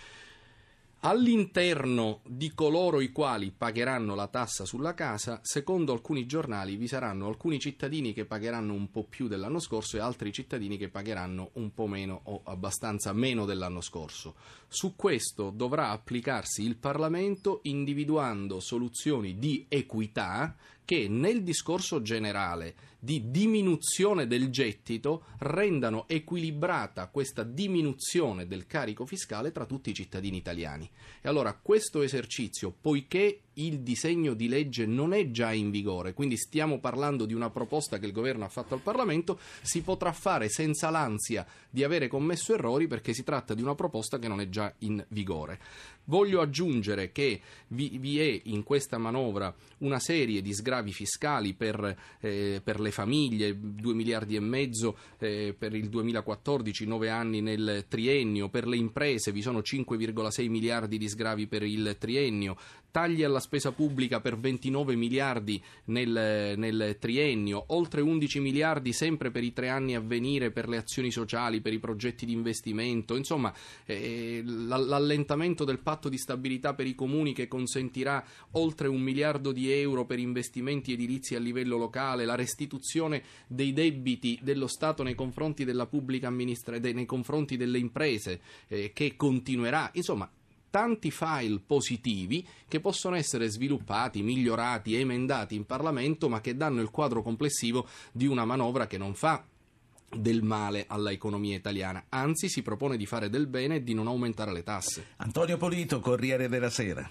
All'interno di coloro i quali pagheranno la tassa sulla casa, secondo alcuni giornali vi saranno alcuni cittadini che pagheranno un po' più dell'anno scorso e altri cittadini che pagheranno un po' meno o abbastanza meno dell'anno scorso. Su questo dovrà applicarsi il Parlamento individuando soluzioni di equità che nel discorso generale di diminuzione del gettito rendano equilibrata questa diminuzione del carico fiscale tra tutti i cittadini italiani. E allora questo esercizio, poiché il disegno di legge non è già in vigore, quindi stiamo parlando di una proposta che il governo ha fatto al Parlamento, si potrà fare senza l'ansia di avere commesso errori perché si tratta di una proposta che non è già in vigore. Voglio aggiungere che vi, vi è in questa manovra una serie di sgravi fiscali per, eh, per le famiglie, due miliardi e mezzo eh, per il duemilaquattordici, nove anni nel triennio, per le imprese vi sono cinque virgola sei miliardi di sgravi per il triennio, tagli alla spesa pubblica per ventinove miliardi nel, nel triennio, oltre undici miliardi sempre per i tre anni a venire per le azioni sociali, per i progetti di investimento, insomma eh, l'allentamento del patto di stabilità per i comuni che consentirà oltre un miliardo di euro per investimenti edilizi a livello locale, la restituzione dei debiti dello Stato nei confronti della pubblica amministrazione, nei confronti delle imprese eh, che continuerà, insomma tanti file positivi che possono essere sviluppati, migliorati, emendati in Parlamento, ma che danno il quadro complessivo di una manovra che non fa del male alla economia italiana, anzi si propone di fare del bene e di non aumentare le tasse. Antonio Polito, Corriere della Sera.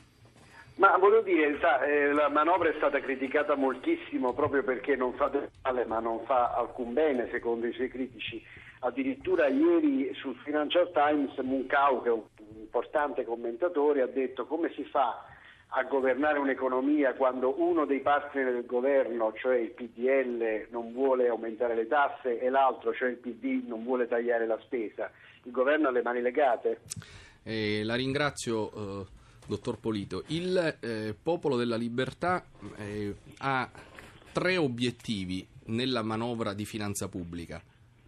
Ma volevo dire, sa, eh, la manovra è stata criticata moltissimo proprio perché non fa del male ma non fa alcun bene secondo i suoi critici. Addirittura ieri sul Financial Times Muncau, che è un importante commentatore, ha detto: come si fa a governare un'economia quando uno dei partner del governo, cioè il P D L, non vuole aumentare le tasse e l'altro, cioè il P D, non vuole tagliare la spesa? Il governo ha le mani legate? Eh, la ringrazio, eh, dottor Polito. Il eh, Popolo della Libertà eh, ha tre obiettivi nella manovra di finanza pubblica: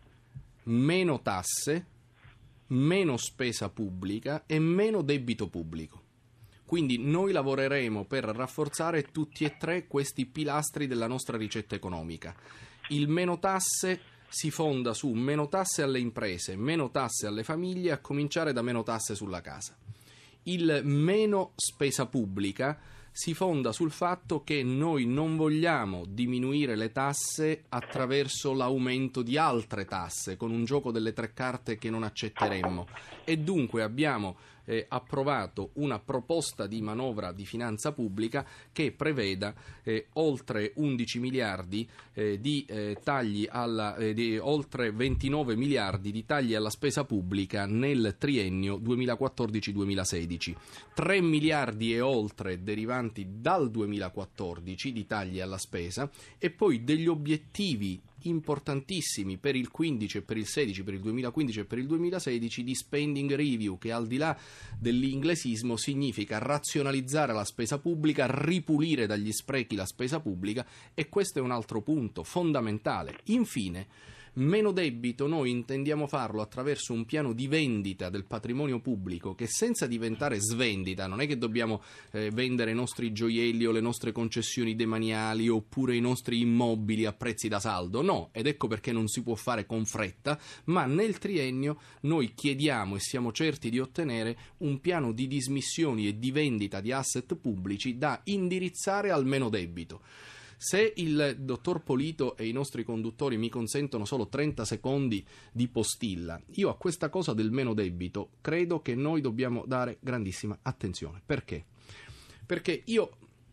meno tasse, meno spesa pubblica e meno debito pubblico. Quindi noi lavoreremo per rafforzare tutti e tre questi pilastri della nostra ricetta economica. Il meno tasse si fonda su meno tasse alle imprese, meno tasse alle famiglie, a cominciare da meno tasse sulla casa. Il meno spesa pubblica si fonda sul fatto che noi non vogliamo diminuire le tasse attraverso l'aumento di altre tasse, con un gioco delle tre carte che non accetteremmo, e dunque abbiamo eh, approvato una proposta di manovra di finanza pubblica che preveda eh, oltre undici miliardi eh, di eh, tagli alla, eh, di oltre ventinove miliardi di tagli alla spesa pubblica nel triennio duemilaquattordici duemilasedici, tre miliardi e oltre derivanti dal duemilaquattordici di tagli alla spesa e poi degli obiettivi importantissimi per il quindici e per il sedici, per il duemilaquindici e per il duemilasedici di spending review, che al di là dell'inglesismo significa razionalizzare la spesa pubblica, ripulire dagli sprechi la spesa pubblica, e questo è un altro punto fondamentale. Infine, meno debito noi intendiamo farlo attraverso un piano di vendita del patrimonio pubblico che, senza diventare svendita, non è che dobbiamo eh, vendere i nostri gioielli o le nostre concessioni demaniali oppure i nostri immobili a prezzi da saldo, no, ed ecco perché non si può fare con fretta, ma nel triennio noi chiediamo e siamo certi di ottenere un piano di dismissioni e di vendita di asset pubblici da indirizzare al meno debito. Se il dottor Polito e i nostri conduttori mi consentono solo trenta secondi di postilla, io a questa cosa del meno debito credo che noi dobbiamo dare grandissima attenzione. Perché? Perché io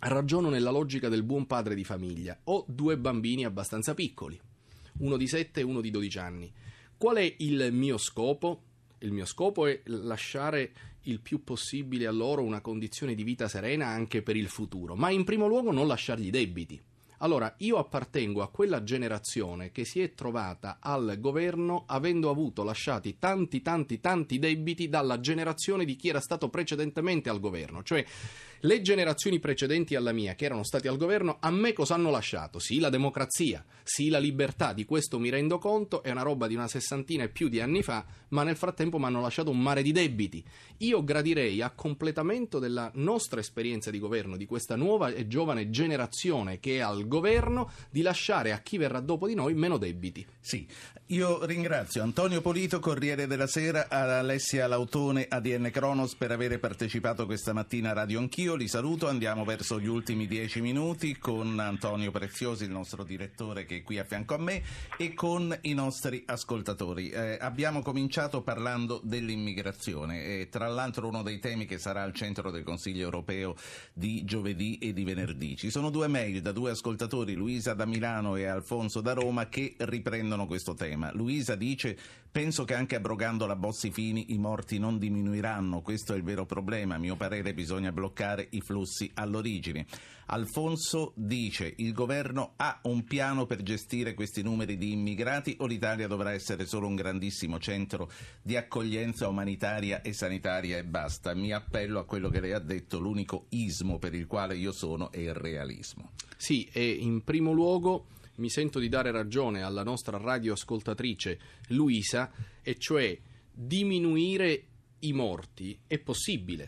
ragiono nella logica del buon padre di famiglia. Ho due bambini abbastanza piccoli, uno di sette e uno di dodici anni. Qual è il mio scopo? Il mio scopo è lasciare il più possibile a loro una condizione di vita serena anche per il futuro, ma in primo luogo non lasciargli debiti. Allora, io appartengo a quella generazione che si è trovata al governo avendo avuto lasciati tanti, tanti, tanti debiti dalla generazione di chi era stato precedentemente al governo. Cioè, le generazioni precedenti alla mia, che erano stati al governo, a me cosa hanno lasciato? Sì, la democrazia, sì, la libertà, di questo mi rendo conto, è una roba di una sessantina e più di anni fa, ma nel frattempo mi hanno lasciato un mare di debiti. Io gradirei, a completamento della nostra esperienza di governo, di questa nuova e giovane generazione che è al governo, di lasciare a chi verrà dopo di noi meno debiti. Sì, io ringrazio Antonio Polito, Corriere della Sera, Alessia Lautone, A D N Cronos, per aver partecipato questa mattina a Radio Anch'io. Li saluto, andiamo verso gli ultimi dieci minuti con Antonio Preziosi, il nostro direttore che è qui a fianco a me, e con i nostri ascoltatori. Eh, abbiamo cominciato parlando dell'immigrazione, e tra l'altro uno dei temi che sarà al centro del Consiglio europeo di giovedì e di venerdì. Ci sono due mail da due ascoltatori, Luisa da Milano e Alfonso da Roma, che riprendono questo tema. Luisa dice: penso che anche abrogando la Bossi-Fini i morti non diminuiranno, questo è il vero problema, a mio parere bisogna bloccare i flussi all'origine. Alfonso dice: il governo ha un piano per gestire questi numeri di immigrati o l'Italia dovrà essere solo un grandissimo centro di accoglienza umanitaria e sanitaria e basta? Mi appello a quello che lei ha detto, l'unico ismo per il quale io sono è il realismo. Sì, e in primo luogo mi sento di dare ragione alla nostra radioascoltatrice Luisa, e cioè diminuire i morti è possibile.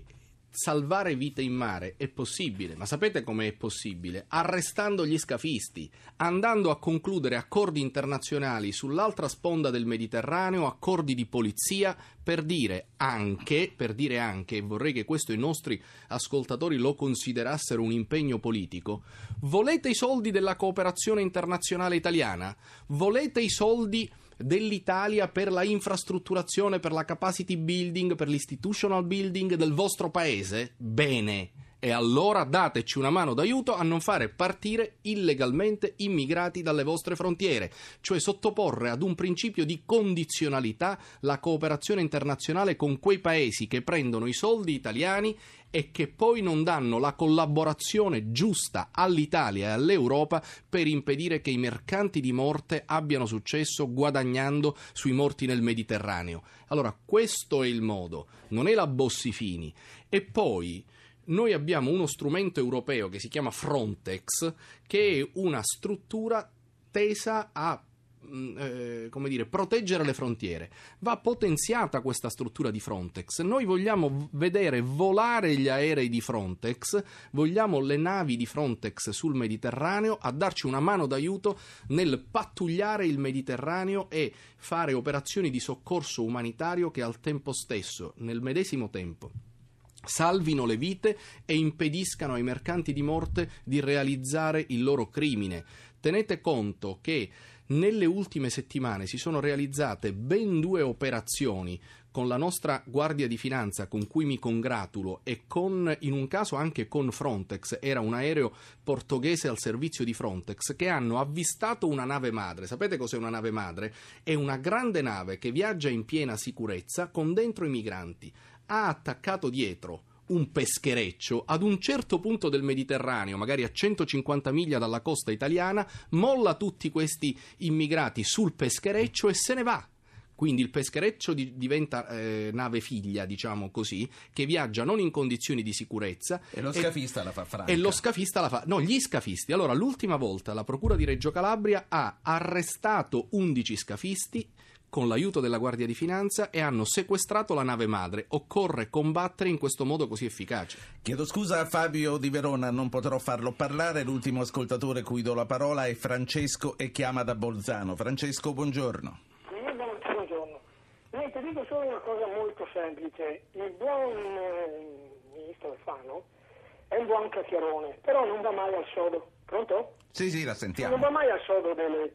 Salvare vite in mare è possibile, ma sapete come è possibile? Arrestando gli scafisti, andando a concludere accordi internazionali sull'altra sponda del Mediterraneo, accordi di polizia, per dire anche, per dire anche, e vorrei che questo i nostri ascoltatori lo considerassero un impegno politico: volete i soldi della cooperazione internazionale italiana? Volete i soldi dell'Italia per la infrastrutturazione, per la capacity building, per l'institutional building del vostro paese? Bene, e allora dateci una mano d'aiuto a non fare partire illegalmente immigrati dalle vostre frontiere, cioè sottoporre ad un principio di condizionalità la cooperazione internazionale con quei paesi che prendono i soldi italiani e che poi non danno la collaborazione giusta all'Italia e all'Europa per impedire che i mercanti di morte abbiano successo guadagnando sui morti nel Mediterraneo. Allora, questo è il modo, non è la Bossi-Fini. E poi noi abbiamo uno strumento europeo che si chiama Frontex, che è una struttura tesa a Eh, come dire, proteggere le frontiere. Va potenziata questa struttura di Frontex. Noi vogliamo vedere volare gli aerei di Frontex, vogliamo le navi di Frontex sul Mediterraneo a darci una mano d'aiuto nel pattugliare il Mediterraneo e fare operazioni di soccorso umanitario che al tempo stesso, nel medesimo tempo, salvino le vite e impediscano ai mercanti di morte di realizzare il loro crimine. Tenete conto che nelle ultime settimane si sono realizzate ben due operazioni con la nostra Guardia di Finanza, con cui mi congratulo, e con, in un caso anche con Frontex, era un aereo portoghese al servizio di Frontex, che hanno avvistato una nave madre. Sapete cos'è una nave madre? È una grande nave che viaggia in piena sicurezza con dentro i migranti. Ha attaccato dietro un peschereccio ad un certo punto del Mediterraneo, magari a centocinquanta miglia dalla costa italiana, molla tutti questi immigrati sul peschereccio e se ne va. Quindi il peschereccio di, diventa eh, nave figlia, diciamo così, che viaggia non in condizioni di sicurezza. E lo scafista e, la fa franca. E lo scafista la fa... No, gli scafisti. Allora, l'ultima volta la Procura di Reggio Calabria ha arrestato undici scafisti con l'aiuto della Guardia di Finanza e hanno sequestrato la nave madre. Occorre combattere in questo modo così efficace. Chiedo scusa a Fabio di Verona, non potrò farlo parlare. L'ultimo ascoltatore cui do la parola è Francesco e chiama da Bolzano. Francesco, buongiorno. Buongiorno. Niente, dico solo una cosa molto semplice. Il buon eh, ministro Alfano è un buon cacchierone, però non va mai al sodo. Pronto? Sì, sì, la sentiamo. Non va mai al sodo delle...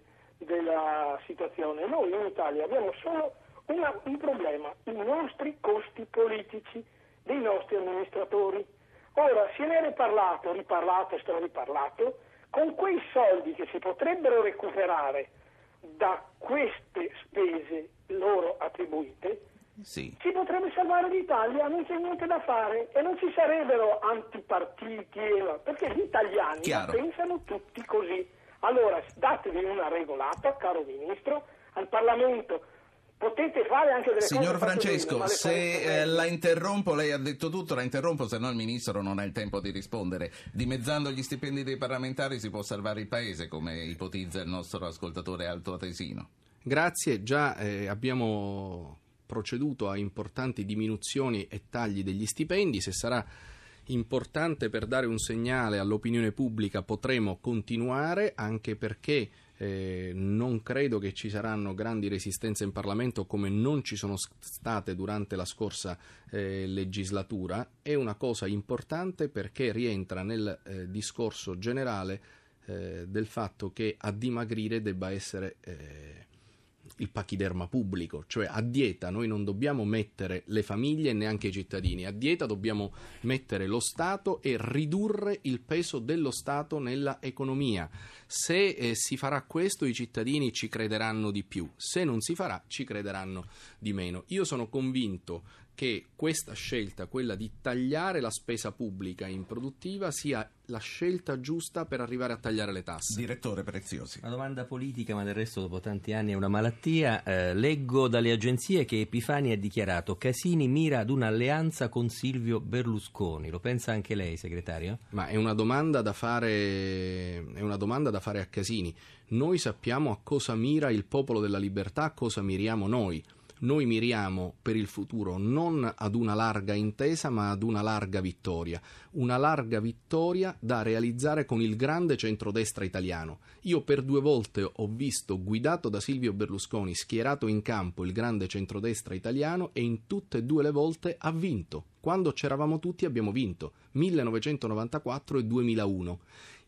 della situazione. Noi in Italia abbiamo solo una, un problema: i nostri costi politici dei nostri amministratori. Ora, se ne è riparlato, riparlato e strariparlato, con quei soldi che si potrebbero recuperare da queste spese loro attribuite, sì, si potrebbe salvare l'Italia, non c'è niente da fare e non ci sarebbero antipartiti, perché gli italiani Chiaro. pensano tutti così. Allora, datevi una regolata, caro Ministro, al Parlamento. Potete fare anche delle Signor cose Francesco, bene, se eh, la interrompo, lei ha detto tutto, la interrompo, se no il Ministro non ha il tempo di rispondere. Dimezzando gli stipendi dei parlamentari si può salvare il Paese, come ipotizza il nostro ascoltatore altoatesino. Grazie, già eh, abbiamo proceduto a importanti diminuzioni e tagli degli stipendi. Se sarà importante per dare un segnale all'opinione pubblica potremo continuare, anche perché Eh, non credo che ci saranno grandi resistenze in Parlamento, come non ci sono state durante la scorsa eh, legislatura. È una cosa importante perché rientra nel eh, discorso generale eh, del fatto che a dimagrire debba essere eh, il pachiderma pubblico, cioè a dieta noi non dobbiamo mettere le famiglie e neanche i cittadini, a dieta dobbiamo mettere lo Stato e ridurre il peso dello Stato nella economia. Se eh, si farà questo i cittadini ci crederanno di più, se non si farà ci crederanno di meno. Io sono convinto che questa scelta, quella di tagliare la spesa pubblica improduttiva, sia la scelta giusta per arrivare a tagliare le tasse. Direttore Preziosi. Una domanda politica, ma del resto dopo tanti anni è una malattia. Eh, leggo dalle agenzie che Epifani ha dichiarato: Casini mira ad un'alleanza con Silvio Berlusconi. Lo pensa anche lei, segretario? Ma è una domanda da fare, è una domanda da fare a Casini. Noi sappiamo a cosa mira il Popolo della Libertà, a cosa miriamo noi. Noi miriamo per il futuro non ad una larga intesa, ma ad una larga vittoria. Una larga vittoria da realizzare con il grande centrodestra italiano. Io per due volte ho visto, guidato da Silvio Berlusconi, schierato in campo il grande centrodestra italiano, e in tutte e due le volte ha vinto. Quando c'eravamo tutti abbiamo vinto, millenovecentonovantaquattro e duemilauno.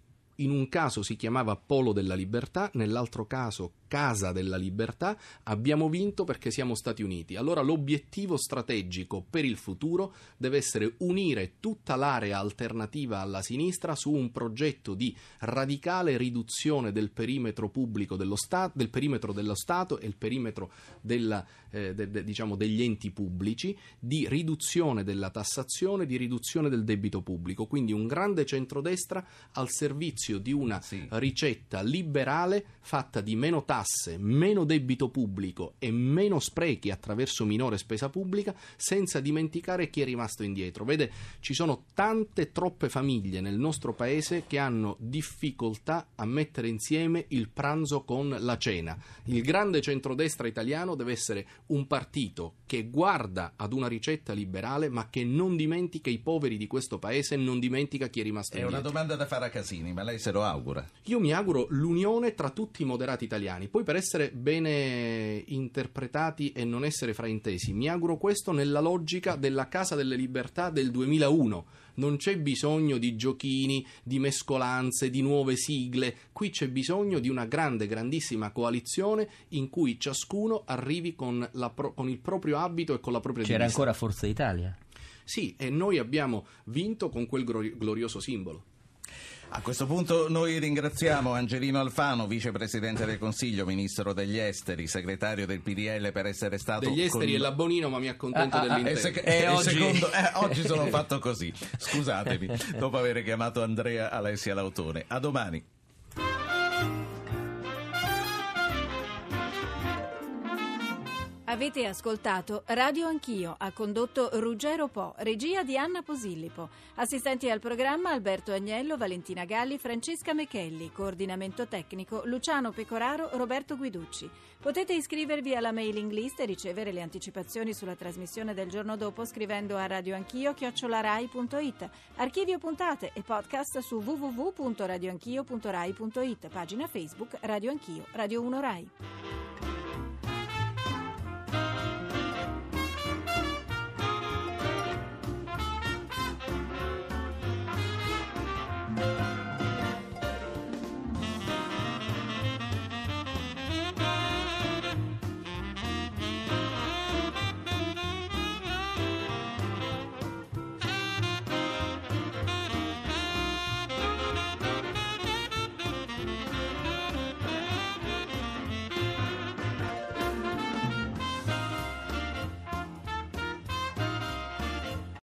In un caso si chiamava Polo della Libertà, nell'altro caso Casa della Libertà. Abbiamo vinto perché siamo stati uniti. Allora l'obiettivo strategico per il futuro deve essere unire tutta l'area alternativa alla sinistra su un progetto di radicale riduzione del perimetro pubblico dello Stato, del perimetro dello Stato e il perimetro della, eh, de, de, diciamo degli enti pubblici, di riduzione della tassazione, di riduzione del debito pubblico. Quindi un grande centrodestra al servizio di una sì. ricetta liberale fatta di meno tasse, meno debito pubblico e meno sprechi attraverso minore spesa pubblica, senza dimenticare chi è rimasto indietro. Vede, ci sono tante, troppe famiglie nel nostro paese che hanno difficoltà a mettere insieme il pranzo con la cena. Il grande centrodestra italiano deve essere un partito che guarda ad una ricetta liberale, ma che non dimentica i poveri di questo paese e non dimentica chi è rimasto È indietro. una domanda da fare a Casini, ma lei se lo augura? Io mi auguro l'unione tra tutti i moderati italiani. Poi, per essere bene interpretati e non essere fraintesi, mi auguro questo nella logica della Casa delle Libertà del duemilauno. Non c'è bisogno di giochini, di mescolanze, di nuove sigle. Qui c'è bisogno di una grande, grandissima coalizione in cui ciascuno arrivi con, la pro- con il proprio abito e con la propria C'era divisa. ancora Forza Italia? Sì, e noi abbiamo vinto con quel glori- glorioso simbolo. A questo punto noi ringraziamo Angelino Alfano, vicepresidente del Consiglio, ministro degli esteri, segretario del P D L, per essere stato... Degli esteri con... e la Bonino, ma mi accontento ah, ah, dell'intero. E, sec- e e oggi... secondo, eh, oggi sono fatto così, scusatemi, dopo aver chiamato Andrea Alessia Lautone. A domani. Avete ascoltato Radio Anch'io, ha condotto Ruggero Po, regia di Anna Posillipo, assistenti al programma Alberto Agnello, Valentina Galli, Francesca Mechelli, coordinamento tecnico Luciano Pecoraro, Roberto Guiducci. Potete iscrivervi alla mailing list e ricevere le anticipazioni sulla trasmissione del giorno dopo scrivendo a radioanchio chiocciola rai punto it, archivio puntate e podcast su w w w punto radioanchio punto rai punto it, pagina Facebook Radio Anch'io, Radio uno Rai.